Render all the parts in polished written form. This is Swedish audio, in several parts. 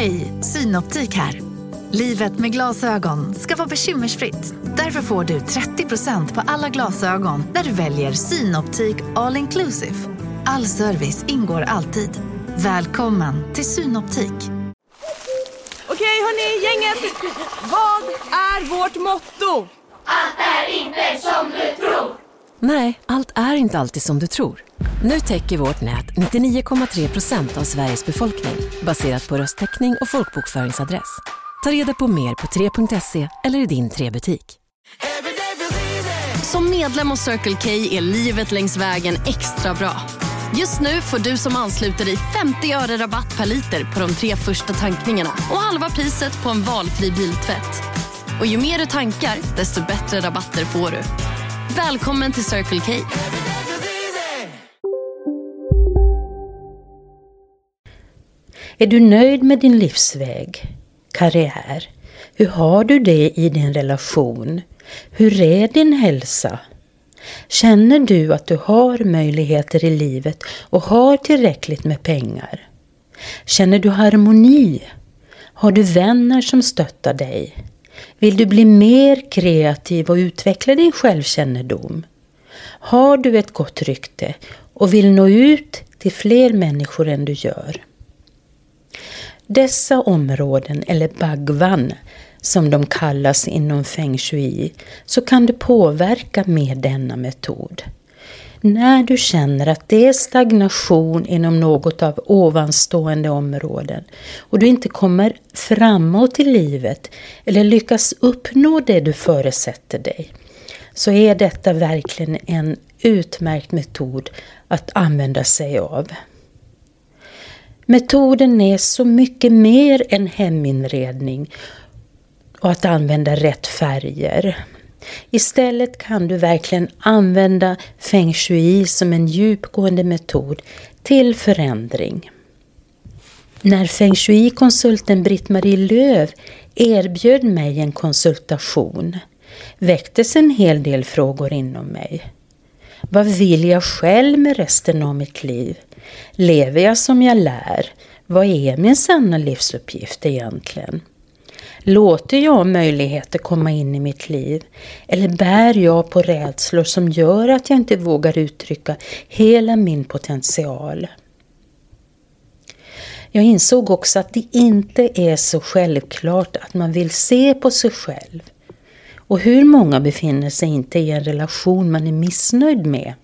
Hej, Synoptik här. Livet med glasögon ska vara bekymmersfritt. Därför får du 30% på alla glasögon när du väljer Synoptik All Inclusive. All service ingår alltid. Välkommen till Synoptik. Okej hörni, gänget. Vad är vårt motto? Allt är inte som du tror. Nej, allt är inte alltid som du tror. Nu täcker vårt nät 99,3% av Sveriges befolkning baserat på röstteckning och folkbokföringsadress. Ta reda på mer på 3.se eller i din 3-butik. Som medlem hos Circle K är livet längs vägen extra bra. Just nu får du som ansluter dig 50 öre rabatt per liter på de 3 första tankningarna och halva priset på en valfri biltvätt. Och ju mer du tankar, desto bättre rabatter får du. Välkommen till Circle K. Är du nöjd med din livsväg, karriär? Hur har du det i din relation? Hur är din hälsa? Känner du att du har möjligheter i livet och har tillräckligt med pengar? Känner du harmoni? Har du vänner som stöttar dig? Vill du bli mer kreativ och utveckla din självkännedom? Har du ett gott rykte och vill nå ut till fler människor än du gör? Dessa områden, eller bhagwan som de kallas inom feng shui, så kan du påverka med denna metod. När du känner att det är stagnation inom något av ovanstående områden och du inte kommer framåt i livet eller lyckas uppnå det du föresätter dig, så är detta verkligen en utmärkt metod att använda sig av. Metoden är så mycket mer än heminredning och att använda rätt färger. Istället kan du verkligen använda feng shui som en djupgående metod till förändring. När feng shui-konsulten Britt-Marie Löv erbjöd mig en konsultation väcktes en hel del frågor inom mig. Vad vill jag själv med resten av mitt liv? Lever jag som jag lär? Vad är min sanna livsuppgift egentligen? Låter jag möjligheter komma in i mitt liv? Eller bär jag på rädslor som gör att jag inte vågar uttrycka hela min potential? Jag insåg också att det inte är så självklart att man vill se på sig själv. Och hur många befinner sig inte i en relation man är missnöjd med?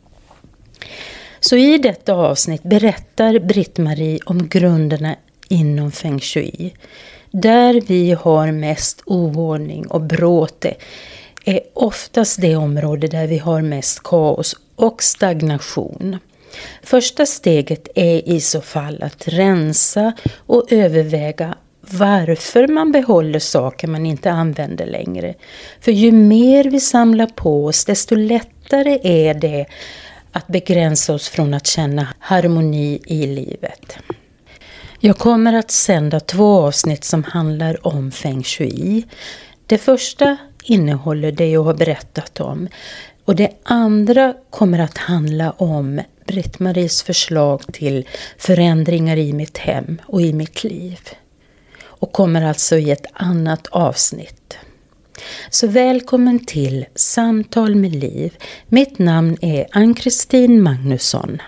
Så i detta avsnitt berättar Britt-Marie om grunderna inom feng shui. Där vi har mest oordning och bråte är oftast det område där vi har mest kaos och stagnation. Första steget är i så fall att rensa och överväga varför man behåller saker man inte använder längre. För ju mer vi samlar på oss, desto lättare är det att begränsa oss från att känna harmoni i livet. Jag kommer att sända 2 avsnitt som handlar om feng shui. Det första innehåller det jag har berättat om. Och det andra kommer att handla om Britt-Maries förslag till förändringar i mitt hem och i mitt liv. Och kommer alltså i ett annat avsnitt. Så välkommen till Samtal med Liv. Mitt namn är Ann-Kristin Magnusson.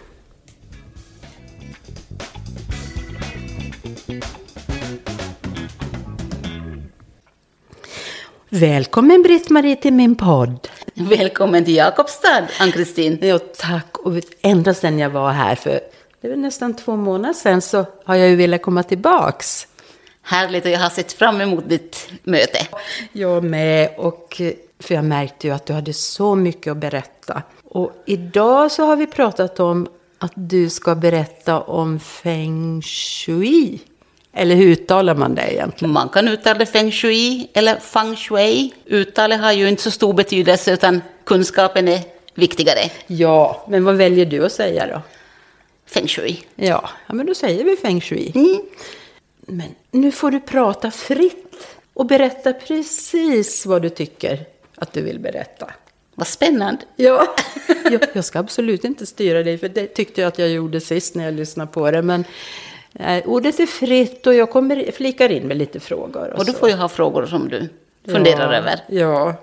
Välkommen Britt-Marie till min podd. Välkommen till Jakobstad, Ann-Kristin. Ja, tack. Och ända sedan jag var här för det var nästan 2 månader sedan så har jag ju velat komma tillbaks. Härligt, och jag har sett fram emot ditt möte. Jag med, och för jag märkte ju att du hade så mycket att berätta. Och idag så har vi pratat om att du ska berätta om feng shui. Eller hur uttalar man det egentligen? Man kan uttala det feng shui eller feng shui. Uttalet har ju inte så stor betydelse utan kunskapen är viktigare. Ja, men vad väljer du att säga då? Feng shui. Ja, men då säger vi feng shui. Men nu får du prata fritt och berätta precis vad du tycker att du vill berätta. Vad spännande. Ja, jag ska absolut inte styra dig, för det tyckte jag att jag gjorde sist när jag lyssnade på det. Men Ordet är fritt och jag flikar in med lite frågor. Och du får ju ha frågor som du funderar över. Ja.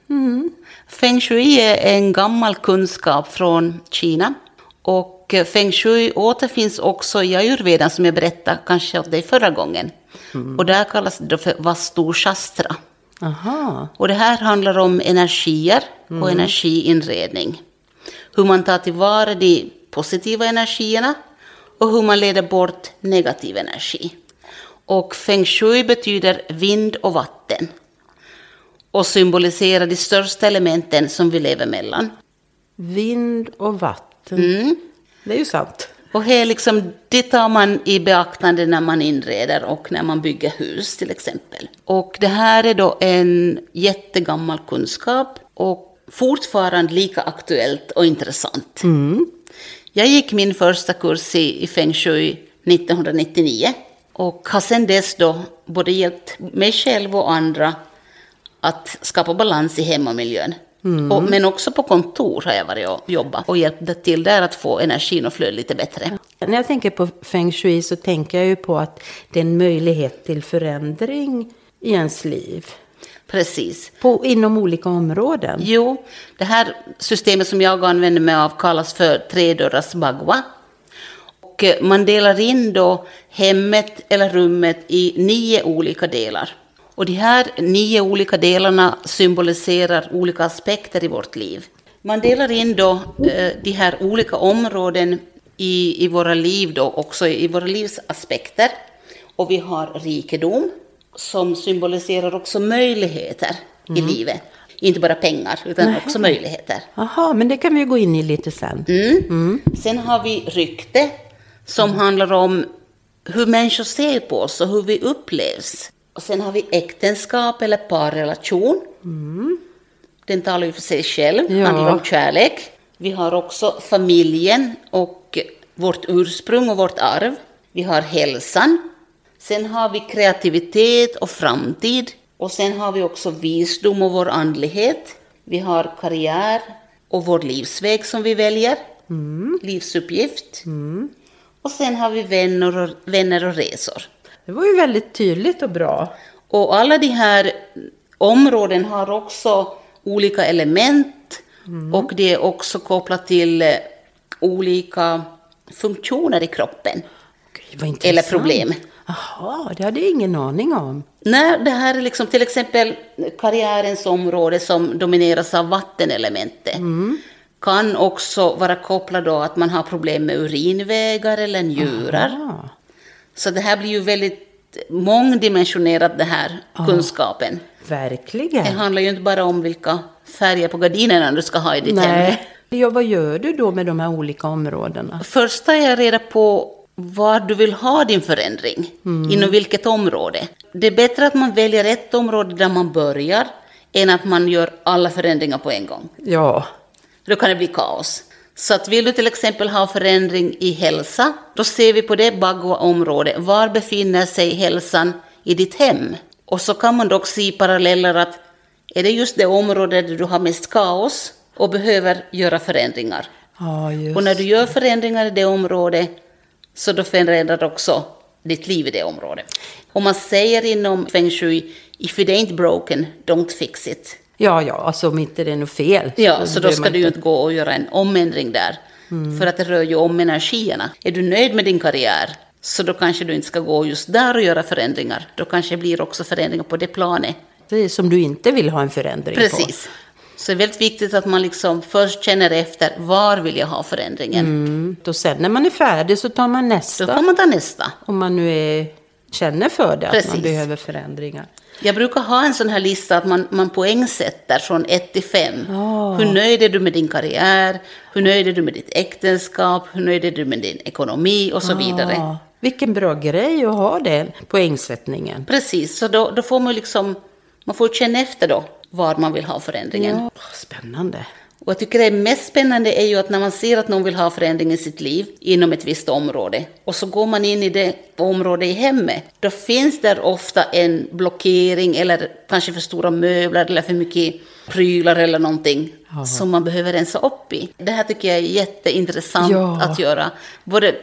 Feng shui är en gammal kunskap från Kina. Och feng shui återfinns också i ayurvedan som jag berättade kanske åt dig förra gången. Och där kallas det för vastu shastra. Aha. Och det här handlar om energier och energiinredning. Hur man tar tillvara de positiva energierna och hur man leder bort negativ energi. Och feng shui betyder vind och vatten. Och symboliserar de största elementen som vi lever mellan. Vind och vatten. Det är ju sant. Och här liksom, det tar man i beaktande när man inreder och när man bygger hus till exempel. Och det här är då en jättegammal kunskap och fortfarande lika aktuellt och intressant. Jag gick min första kurs i feng shui 1999 och har sedan dess då både hjälpt mig själv och andra att skapa balans i hemmamiljön. Men också på kontor har jag varit och jobbat och hjälpt till där att få energin och flödet lite bättre. När jag tänker på feng shui så tänker jag ju på att det är en möjlighet till förändring i ens liv. Precis. Inom olika områden. Jo, det här systemet som jag använder mig av kallas för 3-dörrars bagua. Och man delar in då hemmet eller rummet i 9 olika delar. Och de här 9 olika delarna symboliserar olika aspekter i vårt liv. Man delar in då de här olika områden i våra liv då, också i våra livsaspekter. Och vi har rikedom som symboliserar också möjligheter i livet. Inte bara pengar utan också möjligheter. Jaha, men det kan vi ju gå in i lite sen. Sen har vi rykte som handlar om hur människor ser på oss och hur vi upplevs. Och sen har vi äktenskap eller parrelation. Den talar ju för sig själv, handlar om kärlek. Vi har också familjen och vårt ursprung och vårt arv. Vi har hälsan. Sen har vi kreativitet och framtid. Och sen har vi också visdom och vår andlighet. Vi har karriär och vår livsväg som vi väljer. Livsuppgift. Och sen har vi vänner och resor. Det var ju väldigt tydligt och bra. Och alla de här områden har också olika element. Och det är också kopplat till olika funktioner i kroppen. Gud, vad intressant. Eller problem. Jaha, det hade jag ingen aning om. Nej, det här är liksom till exempel karriärens område som domineras av vattenelementet. Kan också vara kopplad då att man har problem med urinvägar eller njurar. Aha. Så det här blir ju väldigt mångdimensionerat, det här kunskapen. Verkligen. Det handlar ju inte bara om vilka färger på gardinerna du ska ha i ditt hem. Ja, vad gör du då med de här olika områdena? Först tar jag reda på var du vill ha din förändring. Inom vilket område. Det är bättre att man väljer ett område där man börjar än att man gör alla förändringar på en gång. Ja. Då kan det bli kaos. Så att vill du till exempel ha förändring i hälsa, då ser vi på det bagua-område. Var befinner sig hälsan i ditt hem? Och så kan man dock se paralleller att är det just det område där du har mest kaos och behöver göra förändringar. Ja, just. Och när du gör förändringar i det området så då förändrar också ditt liv i det området. Och man säger inom feng shui, if it ain't broken, don't fix it. Ja, alltså om inte det är något fel. Ja, så då ska du ju inte gå och göra en omändring där. För att det rör ju om energierna. Är du nöjd med din karriär så då kanske du inte ska gå just där och göra förändringar. Då kanske det blir också förändringar på det planet. Det är som du inte vill ha en förändring på. Precis. Så det är väldigt viktigt att man liksom först känner efter var vill jag ha förändringen. Och sen när man är färdig så tar man nästa. Då kan man ta nästa. Om man nu känner för det, Precis. att man behöver förändringar. Jag brukar ha en sån här lista att man poängsätter från 1 till 5. Hur nöjd är du med din karriär? Hur nöjd är du med ditt äktenskap? Hur nöjd är du med din ekonomi? Och så vidare. Vilken bra grej att ha den poängsättningen. Precis, så då får man liksom, man får känna efter då var man vill ha förändringen. Ja, spännande. Och jag tycker det mest spännande är ju att när man ser att någon vill ha förändring i sitt liv inom ett visst område och så går man in i det område i hemmet, då finns där ofta en blockering eller kanske för stora möbler eller för mycket prylar eller någonting som man behöver rensa upp i. Det här tycker jag är jätteintressant att göra, både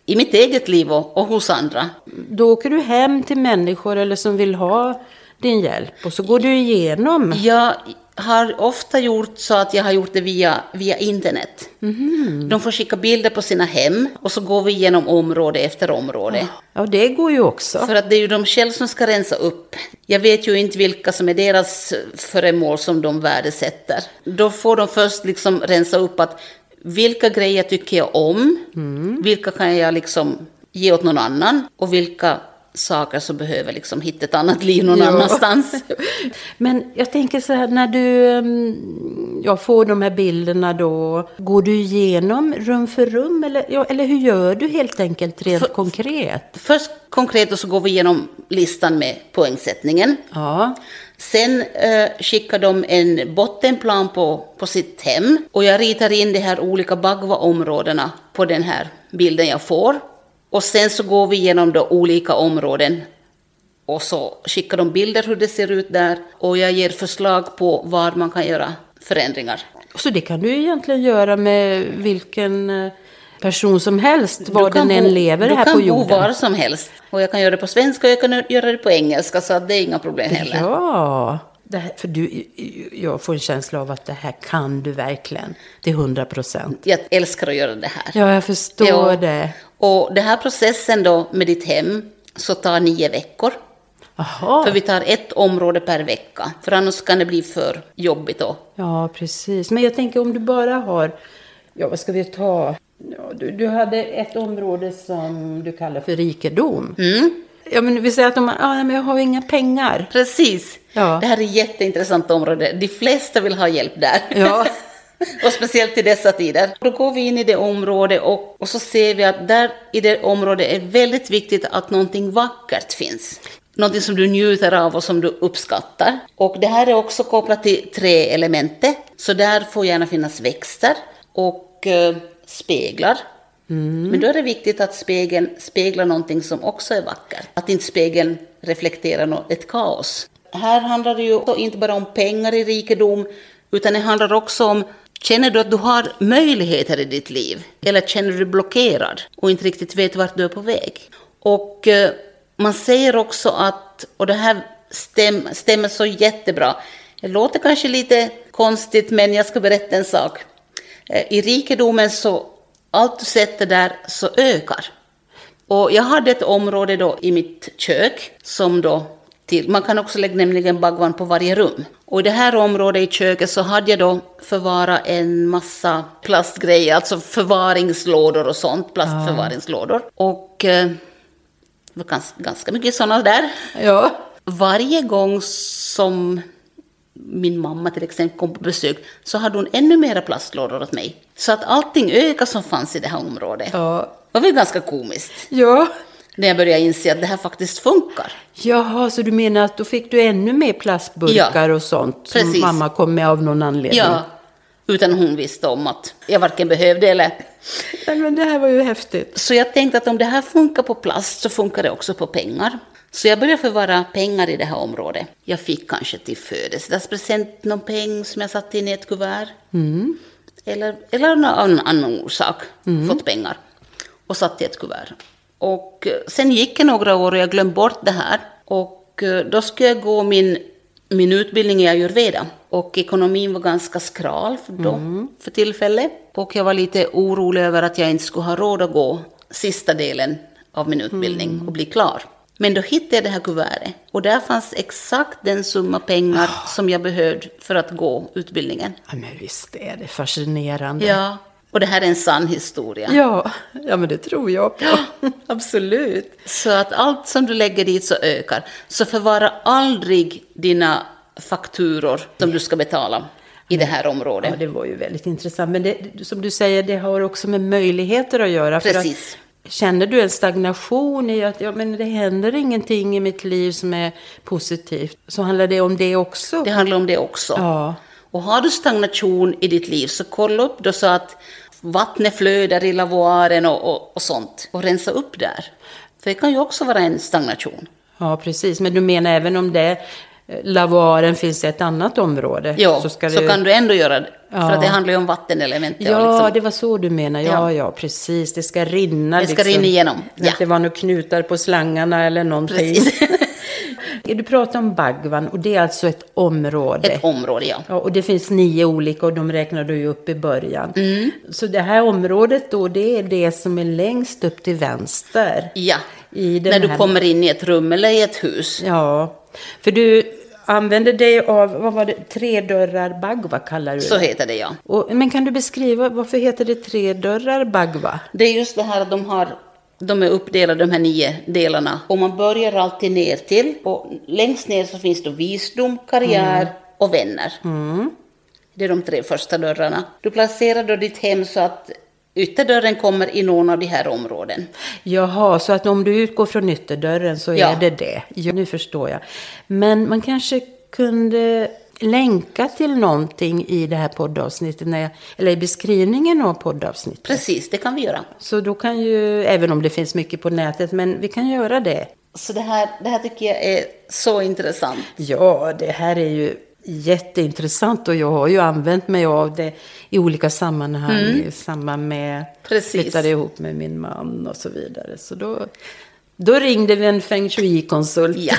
i mitt eget liv och hos andra. Då åker du hem till människor eller som vill ha din hjälp och så går du igenom. Jag har ofta gjort så att jag har gjort det via internet. De får skicka bilder på sina hem och så går vi igenom område efter område. Ja, det går ju också. För att det är ju de själva som ska rensa upp. Jag vet ju inte vilka som är deras föremål som de värdesätter. Då får de först liksom rensa upp att vilka grejer tycker jag om, vilka kan jag liksom ge åt någon annan och vilka saker som behöver liksom hitta ett annat liv någon annanstans. Men jag tänker så här, när du får de här bilderna då, går du igenom rum för rum eller hur gör du helt enkelt rent konkret? Först konkret och så går vi igenom listan med poängsättningen. Ja. Sen skickar de en bottenplan på sitt hem och jag ritar in de här olika Bagva-områdena på den här bilden jag får. Och sen så går vi igenom de olika områden och så skickar de bilder hur det ser ut där och jag ger förslag på var man kan göra förändringar. Så det kan du egentligen göra med vilken person som helst, var den än lever här på jorden? Du kan bo var som helst och jag kan göra det på svenska och jag kan göra det på engelska så att det är inga problem heller. Ja, jag får en känsla av att det här kan du verkligen till 100%. Jag älskar att göra det här. Ja, jag förstår det. Och den här processen då med ditt hem så tar 9 veckor. Aha. För vi tar ett område per vecka. För annars kan det bli för jobbigt då. Ja, precis. Men jag tänker om du bara har, vad ska vi ta? Ja, du hade ett område som du kallar för rikedom. Ja, men vi säger att men jag har inga pengar. Precis. Ja. Det här är ett jätteintressant område. De flesta vill ha hjälp där. Ja. Och speciellt i dessa tider. Då går vi in i det området och så ser vi att där i det området är väldigt viktigt att någonting vackert finns. Någonting som du njuter av och som du uppskattar. Och det här är också kopplat till träelementet. Så där får gärna finnas växter och speglar. Men då är det viktigt att spegeln speglar någonting som också är vackert. Att inte spegeln reflekterar ett kaos. Här handlar det ju inte bara om pengar i rikedom, utan det handlar också om, känner du att du har möjligheter i ditt liv? Eller känner du dig blockerad och inte riktigt vet vart du är på väg? Och man säger också att, och det här stämmer så jättebra, det låter kanske lite konstigt men jag ska berätta en sak. I rikedomen så allt du sätter där så ökar. Och jag hade ett område då i mitt kök som då man kan också lägga nämligen Bhagwan på varje rum. Och i det här området i köket så hade jag då förvara en massa plastgrejer, alltså förvaringslådor och sånt, plastförvaringslådor. Och det var ganska mycket sådana där. Ja. Varje gång som min mamma till exempel kom på besök så hade hon ännu mera plastlådor åt mig. Så att allting ökar som fanns i det här området. Ja. Det var väl ganska komiskt. Ja. När jag började inse att det här faktiskt funkar. Jaha, så du menar att då fick du ännu mer plastburkar och sånt som precis. Mamma kom med av någon anledning? Ja, utan hon visste om att jag varken behövde eller... Ja, men det här var ju häftigt. Så jag tänkte att om det här funkar på plast så funkar det också på pengar. Så jag började förvara pengar i det här området. Jag fick kanske till födelsedagspresent någon peng som jag satte in i ett kuvert. Eller någon annan orsak fått pengar och satt i ett kuvert. Och sen gick det några år och jag glömde bort det här. Och då skulle jag gå min utbildning i ayurveda. Och ekonomin var ganska skral för tillfället. Och jag var lite orolig över att jag inte skulle ha råd att gå sista delen av min utbildning och bli klar. Men då hittade jag det här kuvertet. Och där fanns exakt den summa pengar som jag behövde för att gå utbildningen. Ja, men visst är det fascinerande. Ja, och det här är en sann historia. Ja, men det tror jag på. Absolut. Så att allt som du lägger dit så ökar. Så förvara aldrig dina fakturor som du ska betala i det här området. Ja, det var ju väldigt intressant. Men det, som du säger, det har också med möjligheter att göra. Precis. För att, känner du en stagnation i att men det händer ingenting i mitt liv som är positivt, så handlar det om det också? Det handlar om det också. Ja. Och har du stagnation i ditt liv så kolla upp då så att vattnet flödar i lavoaren och sånt. Och rensa upp där. För det kan ju också vara en stagnation. Ja, precis. Men du menar även om det lavoaren finns i ett annat område? Ja, så kan du ändå göra För att det handlar ju om vattenelement. Ja, liksom. det var så du menar. Ja, precis. Det ska rinna. Det ska rinna igenom. Att det var några knutar på slangarna eller någonting. Precis. Du pratar om Bhagwan och det är alltså ett område. Ett område, ja. Och det finns 9 olika och de räknar du ju upp i början. Så det här området då, det är det som är längst upp till vänster. Ja, när du kommer in i ett rum eller i ett hus. Ja, för du använder dig av, vad var det, 3 dörrar Bhagwa kallar du det? Så heter det, ja. Men kan du beskriva, varför heter det 3 dörrar Bhagwa? Det är just det här att de är uppdelade, de här 9 delarna. Och man börjar alltid ner till. Och längst ner så finns det visdom, karriär och vänner. Det är de 3 första dörrarna. Du placerar då ditt hem så att ytterdörren kommer i någon av de här områden. Jaha, så att om du utgår från ytterdörren så är det. Ja, nu förstår jag. Men man kanske kunde länka till någonting i det här poddavsnittet, eller i beskrivningen av poddavsnittet. Precis, det kan vi göra. Så då kan ju, även om det finns mycket på nätet, men vi kan göra det. Så det här tycker jag är så intressant. Ja, det här är ju jätteintressant och jag har ju använt mig av det i olika sammanhang i samband med flyttade ihop med min man och så vidare. Så då ringde vi en feng shui-konsult. Ja,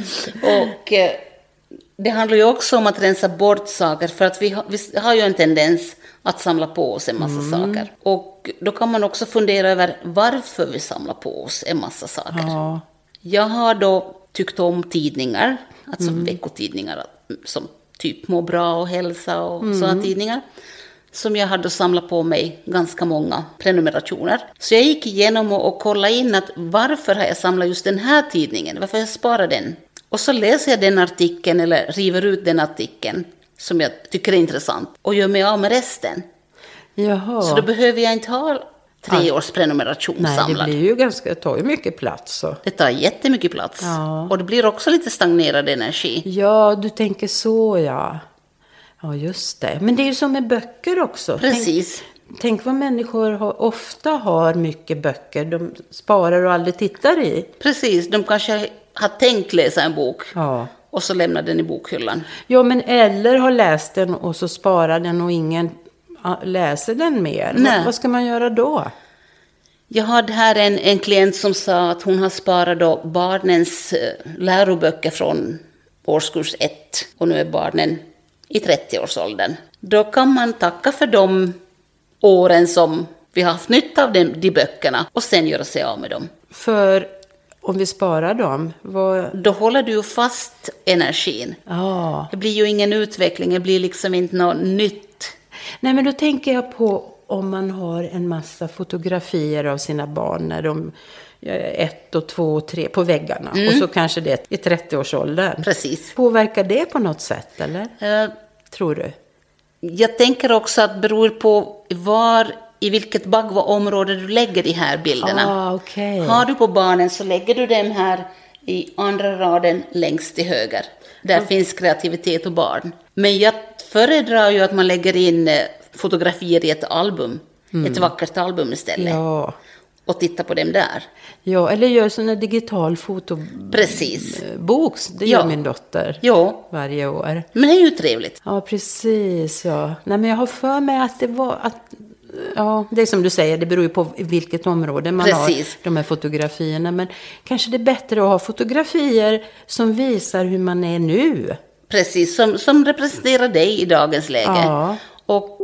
och det handlar ju också om att rensa bort saker, för att vi har ju en tendens att samla på oss en massa saker. Och då kan man också fundera över varför vi samlar på oss en massa saker. Ja. Jag har då tyckt om tidningar, alltså veckotidningar som typ Må bra och hälsa och sådana tidningar. Som jag hade samlat på mig ganska många prenumerationer. Så jag gick igenom och kollade in att varför har jag samlat just den här tidningen? Varför har jag sparat den? Och så läser jag den artikeln eller river ut den artikeln som jag tycker är intressant och gör mig av med resten. Jaha. Så då behöver jag inte ha 3 års prenumeration samlad. Nej, det blir ju tar ju mycket plats. Så. Det tar jättemycket plats. Ja. Och det blir också lite stagnerad energi. Ja, du tänker så, ja. Ja, just det. Men det är ju som med böcker också. Precis. Tänk vad människor ofta har mycket böcker. De sparar och aldrig tittar i. Precis, de kanske har tänkt läsa en bok. Ja. Och så lämnar den i bokhyllan. Ja, men eller har läst den och så sparar den och ingen läser den mer. Nej. Vad ska man göra då? Jag hade här en klient som sa att hon har sparat då barnens läroböcker från årskurs 1. Och nu är barnen i 30-årsåldern. Då kan man tacka för de åren som vi har haft nytta av de böckerna och sen göra sig av med dem. För om vi sparar dem, då håller du ju fast energin. Ja. Det blir ju ingen utveckling, det blir liksom inte något nytt. Nej, men då tänker jag på om man har en massa fotografier av sina barn när de är 1 och 2 och 3 på väggarna. Och så kanske det är i 30-årsåldern. Precis. Påverkar det på något sätt, eller? Tror du? Jag tänker också att det beror på i vilket Bhagwa-område du lägger de här bilderna. Okay. Har du på barnen så lägger du dem här i andra raden längst till höger. Där finns kreativitet och barn. Men jag föredrar ju att man lägger in fotografier i ett album. Ett vackert album istället. Ja. Och titta på dem där. Ja, eller gör sån en digital fotoboks. Det gör min dotter varje år. Men det är ju trevligt. Ja, precis. Ja. Nej, men jag har för mig att det var det är som du säger, det beror ju på vilket område man har de här fotografierna. Men kanske det är bättre att ha fotografier som visar hur man är nu. Precis, som representerar dig i dagens läge. Ja. Och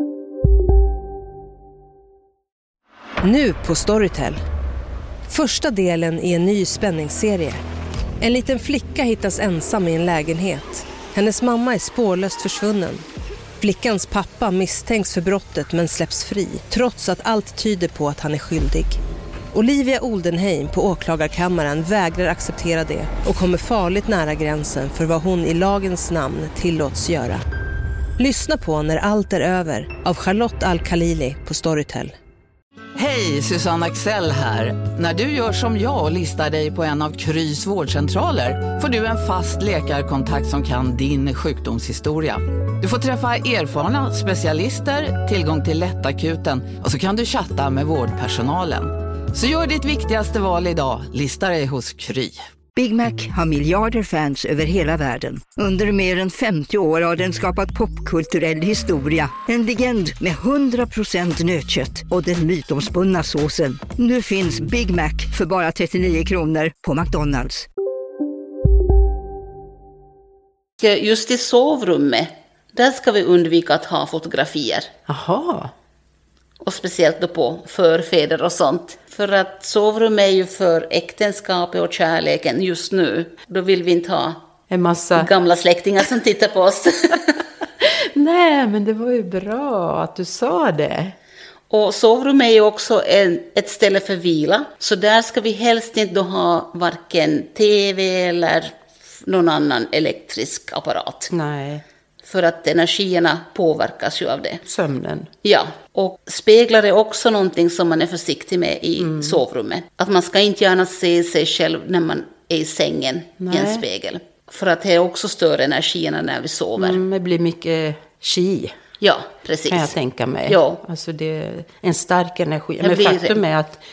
nu på Storytel. Första delen i en ny spänningsserie. En liten flicka hittas ensam i en lägenhet. Hennes mamma är spårlöst försvunnen. Flickans pappa misstänks för brottet men släpps fri, trots att allt tyder på att han är skyldig. Olivia Oldenheim på åklagarkammaren vägrar acceptera det och kommer farligt nära gränsen för vad hon i lagens namn tillåts göra. Lyssna på När allt är över av Charlotte Al-Khalili på Storytel. Hej, Susanne Axel här. När du gör som jag och listar dig på en av Krys vårdcentraler får du en fast läkarkontakt som kan din sjukdomshistoria. Du får träffa erfarna specialister, tillgång till lättakuten och så kan du chatta med vårdpersonalen. Så gör ditt viktigaste val idag, lista dig hos Kry. Big Mac har miljarder fans över hela världen. Under mer än 50 år har den skapat popkulturell historia. En legend med 100% nötkött och den mytomspunna såsen. Nu finns Big Mac för bara 39 kronor på McDonald's. Just i sovrummet, där ska vi undvika att ha fotografier. Aha. Och speciellt då på förfäder och sånt. För att sovrummet är ju för äktenskapet och kärleken just nu. Då vill vi inte ha en massa gamla släktingar som tittar på oss. Nej, men det var ju bra att du sa det. Och sovrummet är ju också ett ställe för vila. Så där ska vi helst inte då ha varken tv eller någon annan elektrisk apparat. Nej. För att energierna påverkas ju av det. Sömnen. Ja, och speglar är också någonting som man är försiktig med i sovrummet. Att man ska inte gärna se sig själv när man är i sängen i en spegel. För att det är också större energierna när vi sover. Det blir mycket chi. Ja, precis. Kan jag tänka mig. Ja. Alltså det är en stark energi. Men faktum är att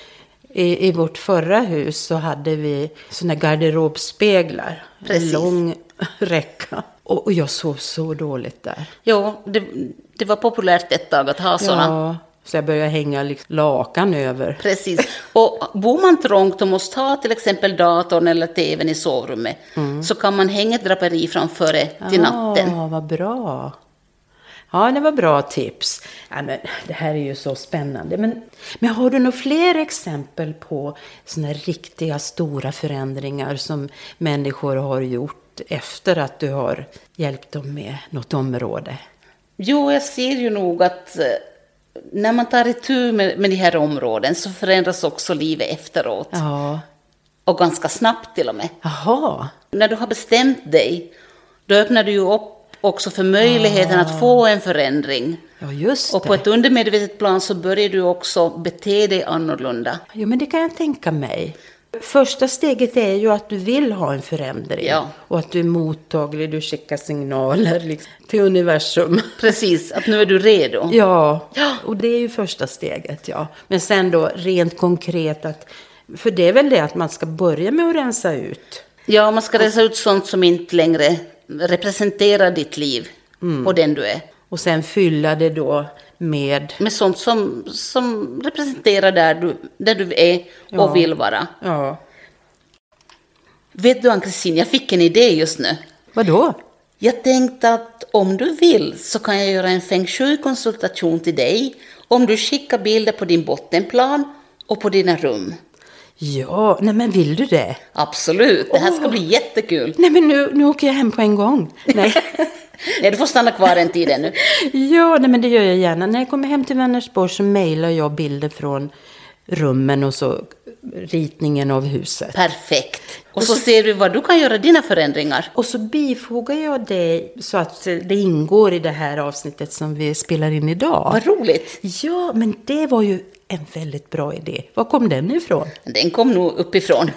i vårt förra hus så hade vi såna garderobspeglar. Precis. En lång räcka. Och jag sov så dåligt där. Ja, det var populärt ett tag att ha sådana. Ja, så jag började hänga lakan över. Precis. Och bor man trångt och måste ha till exempel datorn eller tvn i sovrummet så kan man hänga ett draperi framför det till natten. Ja, vad bra. Ja, det var bra tips. Ja, men det här är ju så spännande. Men har du några fler exempel på såna riktiga stora förändringar som människor har gjort efter att du har hjälpt dem med något område? Jo, jag ser ju nog att när man tar itu med de här områden så förändras också livet efteråt. Ja. Och ganska snabbt till och med. Jaha. När du har bestämt dig, då öppnar du ju upp också för möjligheten att få en förändring. Ja, just det. Och på ett undermedvetet plan så börjar du också bete dig annorlunda. Jo, men det kan jag tänka mig. Första steget är ju att du vill ha en förändring. Ja. Och att du är mottaglig, du skickar signaler liksom, till universum. Precis, att nu är du redo. Ja, och det är ju första steget, ja. Men sen då rent konkret för det är väl det att man ska börja med att rensa ut. Ja, man ska rensa ut sånt som inte längre representerar ditt liv och den du är. Och sen fylla det då med sånt som representerar där du är och vill vara. Ja. Vet du, Ann-Kristin, jag fick en idé just nu. Vadå? Jag tänkte att om du vill så kan jag göra en feng shui-konsultation till dig om du skickar bilder på din bottenplan och på dina rum. Ja, nej men vill du det? Absolut, det här ska bli jättekul. Nej men nu åker jag hem på en gång. Nej. Nej, du får stanna kvar en tid ännu. Ja, nej men det gör jag gärna. När jag kommer hem till Vänersborg så mejlar jag bilder från rummen och så ritningen av huset. Perfekt. Och så ser du vad du kan göra dina förändringar. Och så bifogar jag det så att det ingår i det här avsnittet som vi spelar in idag. Vad roligt. Ja, men det var ju en väldigt bra idé. Var kom den ifrån? Den kom nog uppifrån.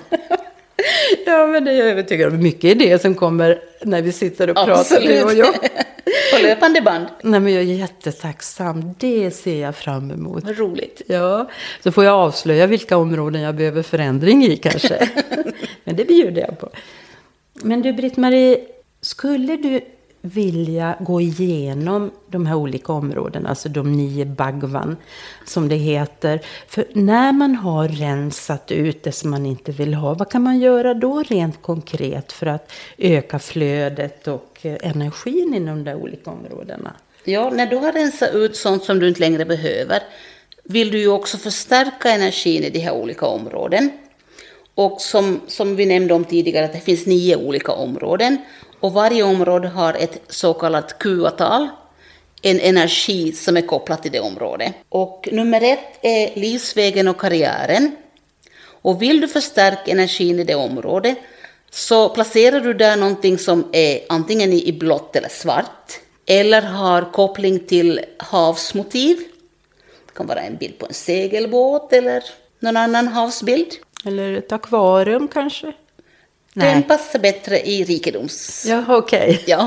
Ja, men det är jag övertygad om. Mycket idéer som kommer när vi sitter och pratar. Absolut. Och jag. På löpande band. Nej, men jag är jättetacksam. Det ser jag fram emot. Vad roligt. Ja, så får jag avslöja vilka områden jag behöver förändring i kanske. Men det bjuder jag på. Men du, Britt-Marie, skulle du vilja gå igenom de här olika områdena, alltså de 9 bhagwan som det heter? För när man har rensat ut det som man inte vill ha, vad kan man göra då rent konkret för att öka flödet och energin inom de olika områdena? Ja, när du har rensat ut sånt som du inte längre behöver vill du ju också förstärka energin i de här olika områden. Och som vi nämnde om tidigare, att det finns 9 olika områden. Och varje område har ett så kallat QA-tal, en energi som är kopplad till det området. Och nummer 1 är livsvägen och karriären. Och vill du förstärka energin i det området så placerar du där någonting som är antingen i blått eller svart. Eller har koppling till havsmotiv. Det kan vara en bild på en segelbåt eller någon annan havsbild. Eller ett akvarium kanske? Den passar bättre i rikedoms... Ja, okej. Ja.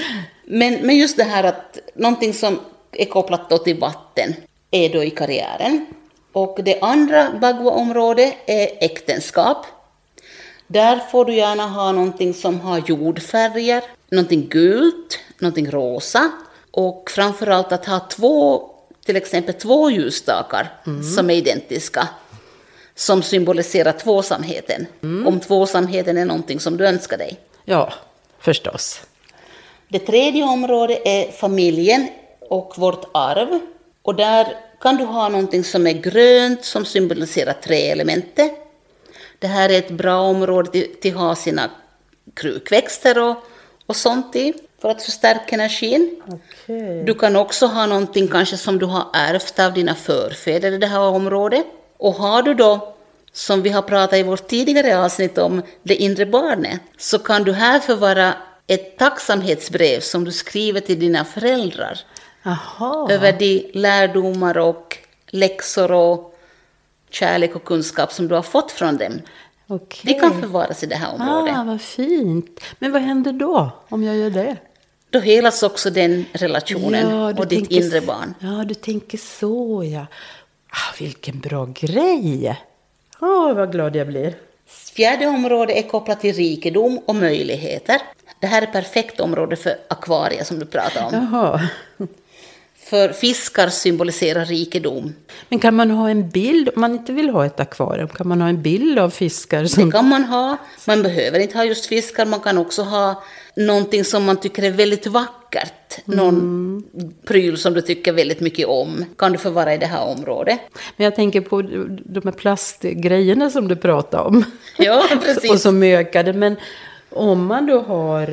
Men just det här att någonting som är kopplat då till vatten är då i karriären. Och det andra bhagwa-området är äktenskap. Där får du gärna ha någonting som har jordfärger, någonting gult, någonting rosa och framförallt att ha till exempel två ljusstakar som är identiska, som symboliserar tvåsamheten. Om tvåsamheten är någonting som du önskar dig. Ja, förstås. Det tredje området är familjen och vårt arv. Och där kan du ha någonting som är grönt som symboliserar träelementet. Det här är ett bra område till att ha sina krukväxter och sånt i för att förstärka energin. Okay. Du kan också ha någonting kanske som du har ärvt av dina förfäder i det här området. Och har du då, som vi har pratat i vårt tidigare avsnitt om det inre barnet, så kan du här förvara ett tacksamhetsbrev som du skriver till dina föräldrar. Aha. Över de lärdomar och läxor och kärlek och kunskap som du har fått från dem. Okay. Det kan förvaras i det här området. Vad fint. Men vad händer då om jag gör det? Då helas också den relationen och ditt inre barn. Ja, du tänker så, ja. Vilken bra grej. Vad glad jag blir. Fjärde området är kopplat till rikedom och möjligheter. Det här är ett perfekt område för akvarier som du pratar om. Jaha. För fiskar symboliserar rikedom. Men kan man ha en bild, om man inte vill ha ett akvarium, kan man ha en bild av fiskar? Det kan man ha. Man behöver inte ha just fiskar. Man kan också ha någonting som man tycker är väldigt vackert. Någon pryl som du tycker väldigt mycket om. Kan du förvara i det här området. Men jag tänker på de här plastgrejerna som du pratade om. Ja, precis. Och som ökade. Men om man då har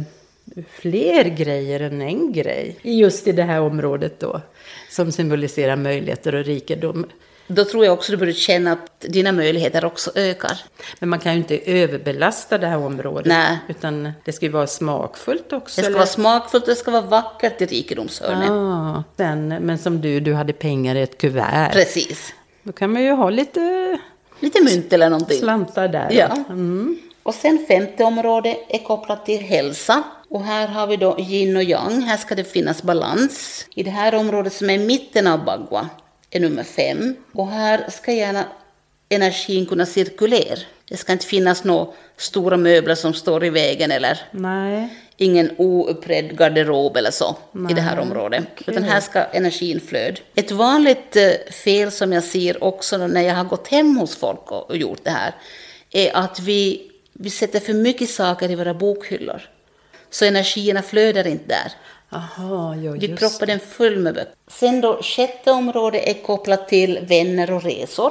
fler grejer än en grej. Just i det här området då. Som symboliserar möjligheter och rikedom. Då tror jag också du borde känna att dina möjligheter också ökar. Men man kan ju inte överbelasta det här området. Nej. Utan det ska ju vara smakfullt också. Det ska vara smakfullt, det ska vara vackert i rikedomshörnen. Men som du hade pengar i ett kuvert. Precis. Då kan man ju ha lite mynt eller någonting. Slantar där. Ja. Och sen femte området är kopplat till hälsa. Och här har vi då yin och yang. Här ska det finnas balans. I det här området som är i mitten av Bagua är nummer 5. Och här ska gärna energin kunna cirkulera. Det ska inte finnas några stora möbler som står i vägen eller ingen oupprädd garderob eller så i det här området. Okay. Utan här ska energin flöda. Ett vanligt fel som jag ser också när jag har gått hem hos folk och gjort det här är att vi sätter för mycket saker i våra bokhyllor. Så energierna flödar inte där. Aha, ja, vi proppar den full med böcker. Sen då, sjätte området är kopplat till vänner och resor.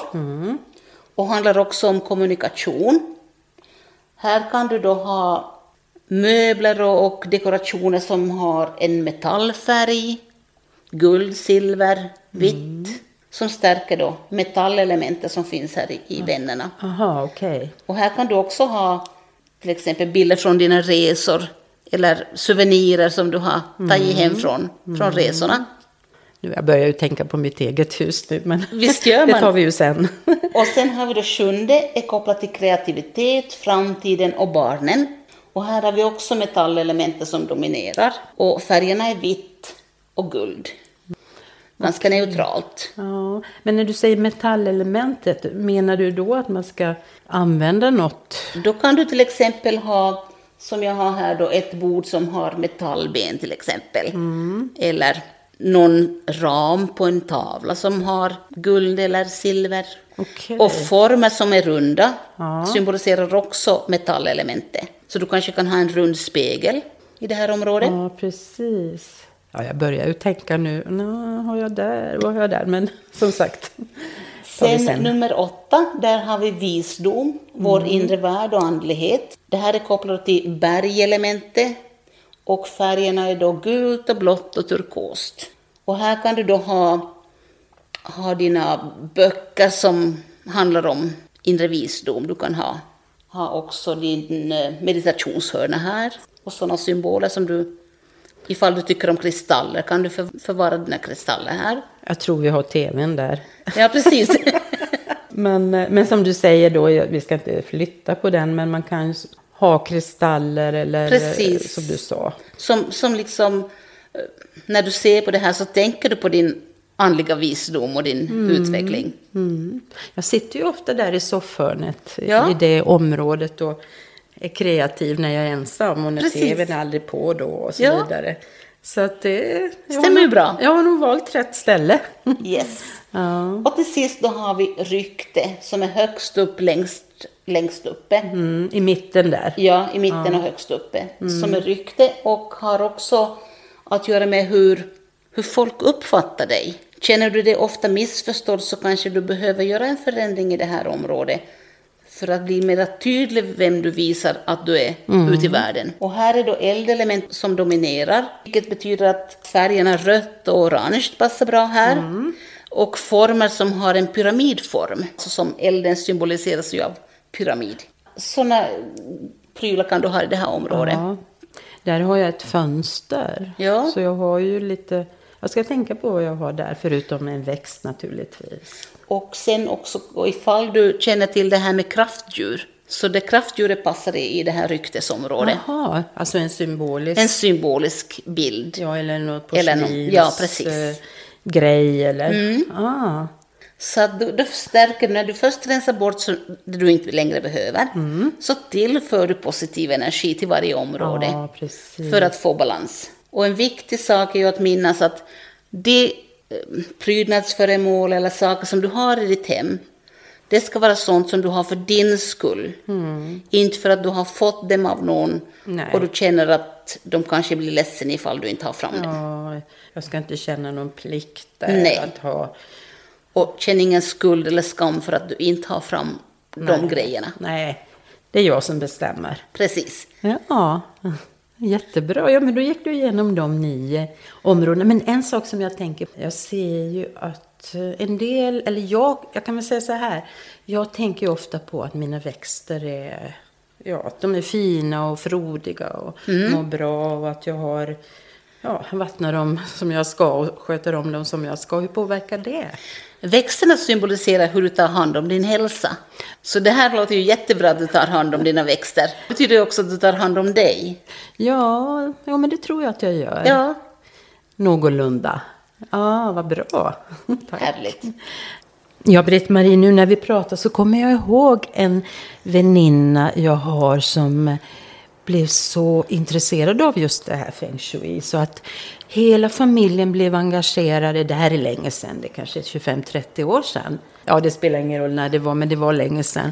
Och handlar också om kommunikation. Här kan du då ha möbler och dekorationer som har en metallfärg, guld, silver, vitt. Som stärker då metallelementet som finns här i vännerna. Aha, okej. Och här kan du också ha till exempel bilder från dina resor. Eller souvenirer som du har tagit hem från resorna. Jag börjar ju tänka på mitt eget hus nu, men visst gör man. Det tar vi ju sen. Och sen har vi det sjunde, är kopplat till kreativitet, framtiden och barnen. Och här har vi också metallelementet som dominerar. Och färgerna är vitt och guld. Ganska neutralt. Ja, men när du säger metallelementet, menar du då att man ska använda något? Då kan du till exempel ha, som jag har här då, ett bord som har metallben till exempel. Eller någon ram på en tavla som har guld eller silver. Okay. Och former som är runda symboliserar också metallelementet. Så du kanske kan ha en rund spegel i det här området. Ja, precis. Ja, jag börjar ju tänka nu, vad har jag där? Men som sagt. Sen nummer 8, där har vi visdom, vår inre värld och andlighet. Det här är kopplat till bergelementet och färgerna är då gult och blått och turkost. Och här kan du då ha dina böcker som handlar om inre visdom. Du kan ha också din meditationshörna här och sådana symboler som du, ifall du tycker om kristaller, kan du förvara dina kristaller här. Jag tror vi har tvn där. Ja, precis. men som du säger då, vi ska inte flytta på den, men man kan ha kristaller eller precis. Som du sa. Som liksom, när du ser på det här så tänker du på din andliga visdom och din utveckling. Jag sitter ju ofta där i soffhörnet i det området och är kreativ när jag är ensam och när tvn är aldrig på då och så vidare. Så att det stämmer ju bra. Jag har nog valt rätt ställe. Yes. Och till sist då har vi rykte som är högst upp, längst uppe. I mitten där. Ja, i mitten och högst uppe. Som är rykte och har också att göra med hur folk uppfattar dig. Känner du dig ofta missförstådd så kanske du behöver göra en förändring i det här området. För att bli mer tydlig vem du visar att du är ute i världen. Och här är då eldelement som dominerar. Vilket betyder att färgerna rött och orange passar bra här. Och former som har en pyramidform. Så som elden symboliseras ju av pyramid. Sådana prylar kan du ha i det här området. Ja. Där har jag ett fönster. Ja. Så jag har ju lite... Jag ska tänka på vad jag har där, förutom en växt naturligtvis. Och sen också, ifall du känner till det här med kraftdjur. Så det kraftdjuret passar i det här ryktesområdet. Jaha, alltså en symbolisk bild. Ja, eller något porslins. Ja, precis. Grej eller... Så att du förstärker, när du först rensar bort så det du inte längre behöver. Så tillför du positiv energi till varje område. Ja, precis. För att få balans. Och en viktig sak är ju att minnas att det prydnadsföremål eller saker som du har i ditt hem, det ska vara sånt som du har för din skull. Inte för att du har fått dem av någon. Nej. Och du känner att de kanske blir ledsen ifall du inte har fram dem. Ja, jag ska inte känna någon plikt där att ha. Och känn ingen skuld eller skam för att du inte har fram de grejerna. Nej, det är jag som bestämmer. Precis. Ja, jättebra. Ja, men då gick du igenom de 9 områdena. Men en sak som jag tänker, jag ser ju att en del, eller jag kan väl säga så här. Jag tänker ju ofta på att mina växter är, att de är fina och frodiga och mår bra och att jag har... vattnar dem som jag ska och sköter om dem som jag ska. Hur påverkar det? Växterna symboliserar hur du tar hand om din hälsa. Så det här låter ju jättebra att du tar hand om dina växter. Det betyder också att du tar hand om dig. Ja, men det tror jag att jag gör. Ja. Någorlunda. Ja, vad bra. Tack. Härligt. Ja, Britt-Marie, nu när vi pratar så kommer jag ihåg en väninna jag har som... blev så intresserad av just det här feng shui så att hela familjen blev engagerade. Det här är länge sedan, det kanske är 25-30 år sedan. Ja, det spelar ingen roll när det var, men det var länge sedan.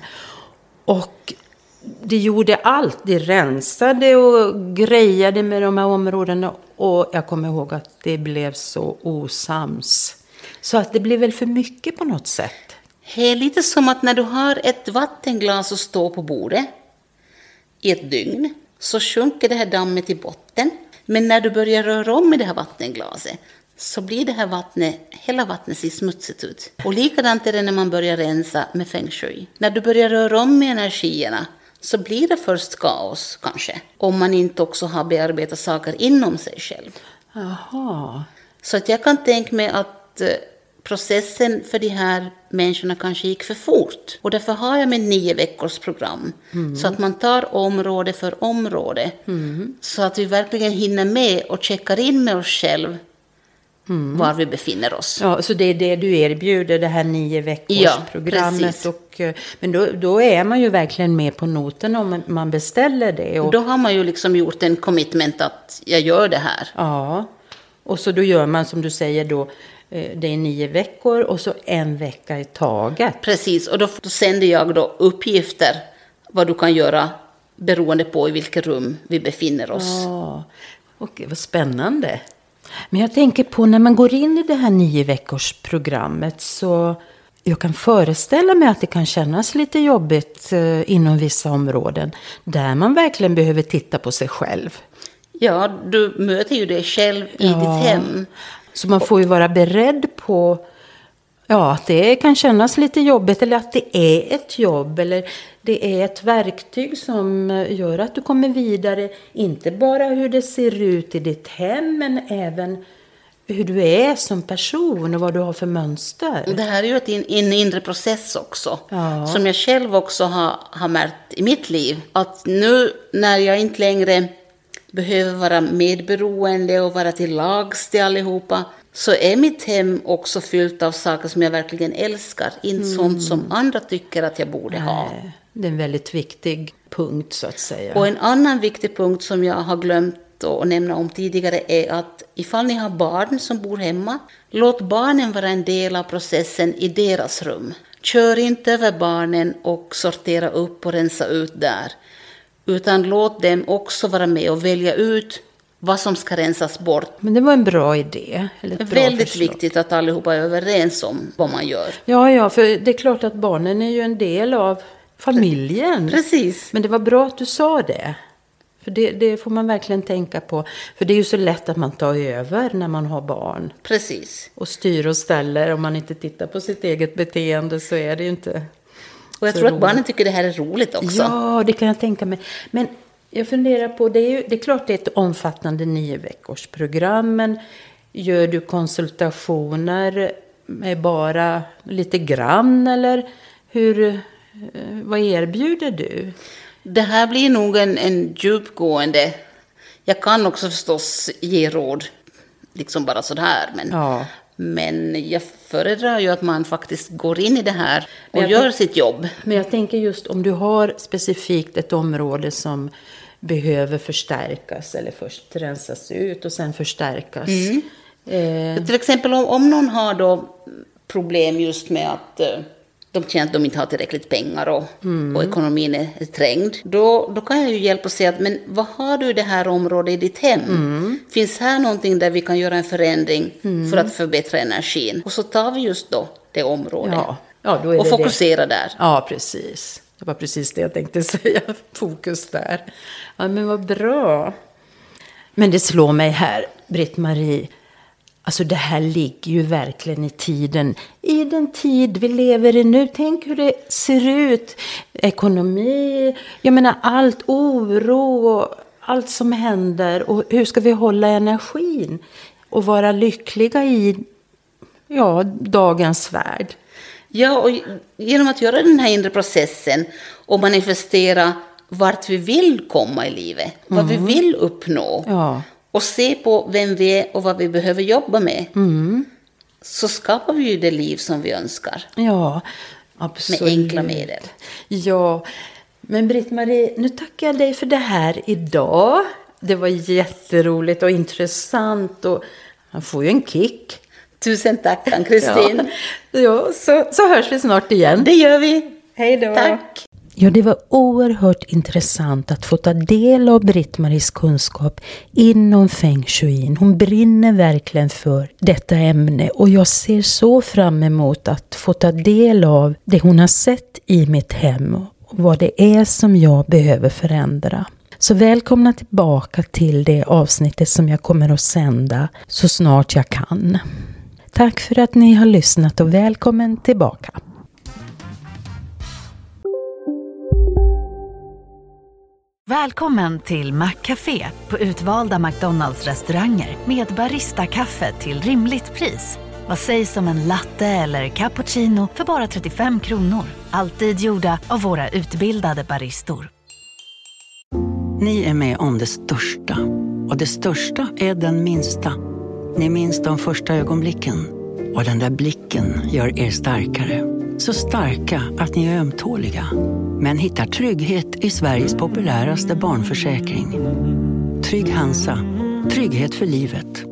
Och det gjorde allt, det rensade och grejade med de här områdena och jag kommer ihåg att det blev så osams. Så att det blev väl för mycket på något sätt. Det är lite som att när du har ett vattenglas och står på bordet i ett dygn så sjunker det här dammet i botten. Men när du börjar röra om i det här vattenglaset så blir det här hela vattnet ser smutsigt ut. Och likadant är det när man börjar rensa med feng shui. När du börjar röra om med energierna så blir det först kaos kanske. Om man inte också har bearbetat saker inom sig själv. Jaha. Så att jag kan tänka mig att processen för de här människorna kanske gick för fort. Och därför har jag med 9 veckors program. Så att man tar område för område. Så att vi verkligen hinner med och checkar in med oss själv var vi befinner oss. Ja, så det är det du erbjuder, det här 9 veckors programmet. Men då är man ju verkligen med på noten om man beställer det. Och då har man ju liksom gjort en commitment att jag gör det här. Ja, och så då gör man som du säger då. Det är 9 veckor och så 1 vecka i taget. Precis, och då sänder jag då uppgifter vad du kan göra beroende på i vilket rum vi befinner oss. Ja, okej, vad spännande. Men jag tänker på när man går in i det här 9 veckors programmet så jag kan föreställa mig att det kan kännas lite jobbigt inom vissa områden där man verkligen behöver titta på sig själv. Ja, du möter ju dig själv i ditt hem. Så man får ju vara beredd på att det kan kännas lite jobbigt eller att det är ett jobb eller det är ett verktyg som gör att du kommer vidare. Inte bara hur det ser ut i ditt hem men även hur du är som person och vad du har för mönster. Det här är ju en inre process också. Som jag själv också har märkt i mitt liv. Att nu när jag inte längre behöver vara medberoende och vara till lags till allihopa. så är mitt hem också fyllt av saker som jag verkligen älskar. Inte sånt som andra tycker att jag borde ha. Det är en väldigt viktig punkt så att säga. Och en annan viktig punkt som jag har glömt att nämna om tidigare är att ifall ni har barn som bor hemma, låt barnen vara en del av processen i deras rum. Kör inte över barnen och sortera upp och rensa ut där. Utan låt dem också vara med och välja ut vad som ska rensas bort. Men det var en bra idé. Eller ett bra väldigt förslag. viktigt att allihopa är överens om vad man gör. Ja, för det är klart att barnen är ju en del av familjen. Precis. Men det var bra att du sa det. För det får man verkligen tänka på. För det är ju så lätt att man tar över när man har barn. Precis. Och styr och ställer. Om man inte tittar på sitt eget beteende så är det ju inte. Och jag tror att barnen tycker det här är roligt också. Ja, det kan jag tänka mig. Men jag funderar på, det är klart det är ett omfattande 9-veckorsprogram. Men gör du konsultationer med bara lite grann? Eller vad erbjuder du? Det här blir nog en djupgående. Jag kan också förstås ge råd, liksom bara sådär. Men jag föredrar ju att man faktiskt går in i det här och gör sitt jobb. Men jag tänker just om du har specifikt ett område som behöver förstärkas eller först rensas ut och sen förstärkas. Till exempel om någon har då problem just med att de känner att de inte har tillräckligt pengar och ekonomin är trängd. Då kan jag ju hjälpa och säga att men vad har du i det här området i ditt hem? Finns här någonting där vi kan göra en förändring för att förbättra energin? Och så tar vi just då det området då är och fokuserar där. Ja, precis. Det var precis det jag tänkte säga. Fokus där. Ja, men vad bra. Men det slår mig här, Britt-Marie. Alltså det här ligger ju verkligen i tiden. I den tid vi lever i nu. Tänk hur det ser ut. Ekonomi. Jag menar allt oro och allt som händer. Och hur ska vi hålla energin? Och vara lyckliga i dagens värld. Ja, och genom att göra den här inre processen och manifestera vart vi vill komma i livet. Vad vi vill uppnå. Ja. Och se på vem vi är och vad vi behöver jobba med. Så skapar vi ju det liv som vi önskar. Ja, absolut. Med enkla medel. Ja, men Britt-Marie, nu tackar jag dig för det här idag. Det var jätteroligt och intressant och man får ju en kick. Tusen tack, Ann-Kristin. Så hörs vi snart igen. Det gör vi. Hej då. Tack. Ja, det var oerhört intressant att få ta del av Britt-Maries kunskap inom Feng Shuin. Hon brinner verkligen för detta ämne och jag ser så fram emot att få ta del av det hon har sett i mitt hem och vad det är som jag behöver förändra. Så välkomna tillbaka till det avsnittet som jag kommer att sända så snart jag kan. Tack för att ni har lyssnat och välkommen tillbaka. Välkommen till Maccafé på utvalda McDonalds-restauranger med barista-kaffe till rimligt pris. Vad sägs om en latte eller cappuccino för bara 35 kronor? Alltid gjorda av våra utbildade baristor. Ni är med om det största. Och det största är den minsta. Ni minns de första ögonblicken. Och den där blicken gör er starkare. Så starka att ni är ömtåliga. Men hittar trygghet i Sveriges populäraste barnförsäkring. Trygg Hansa. Trygghet för livet.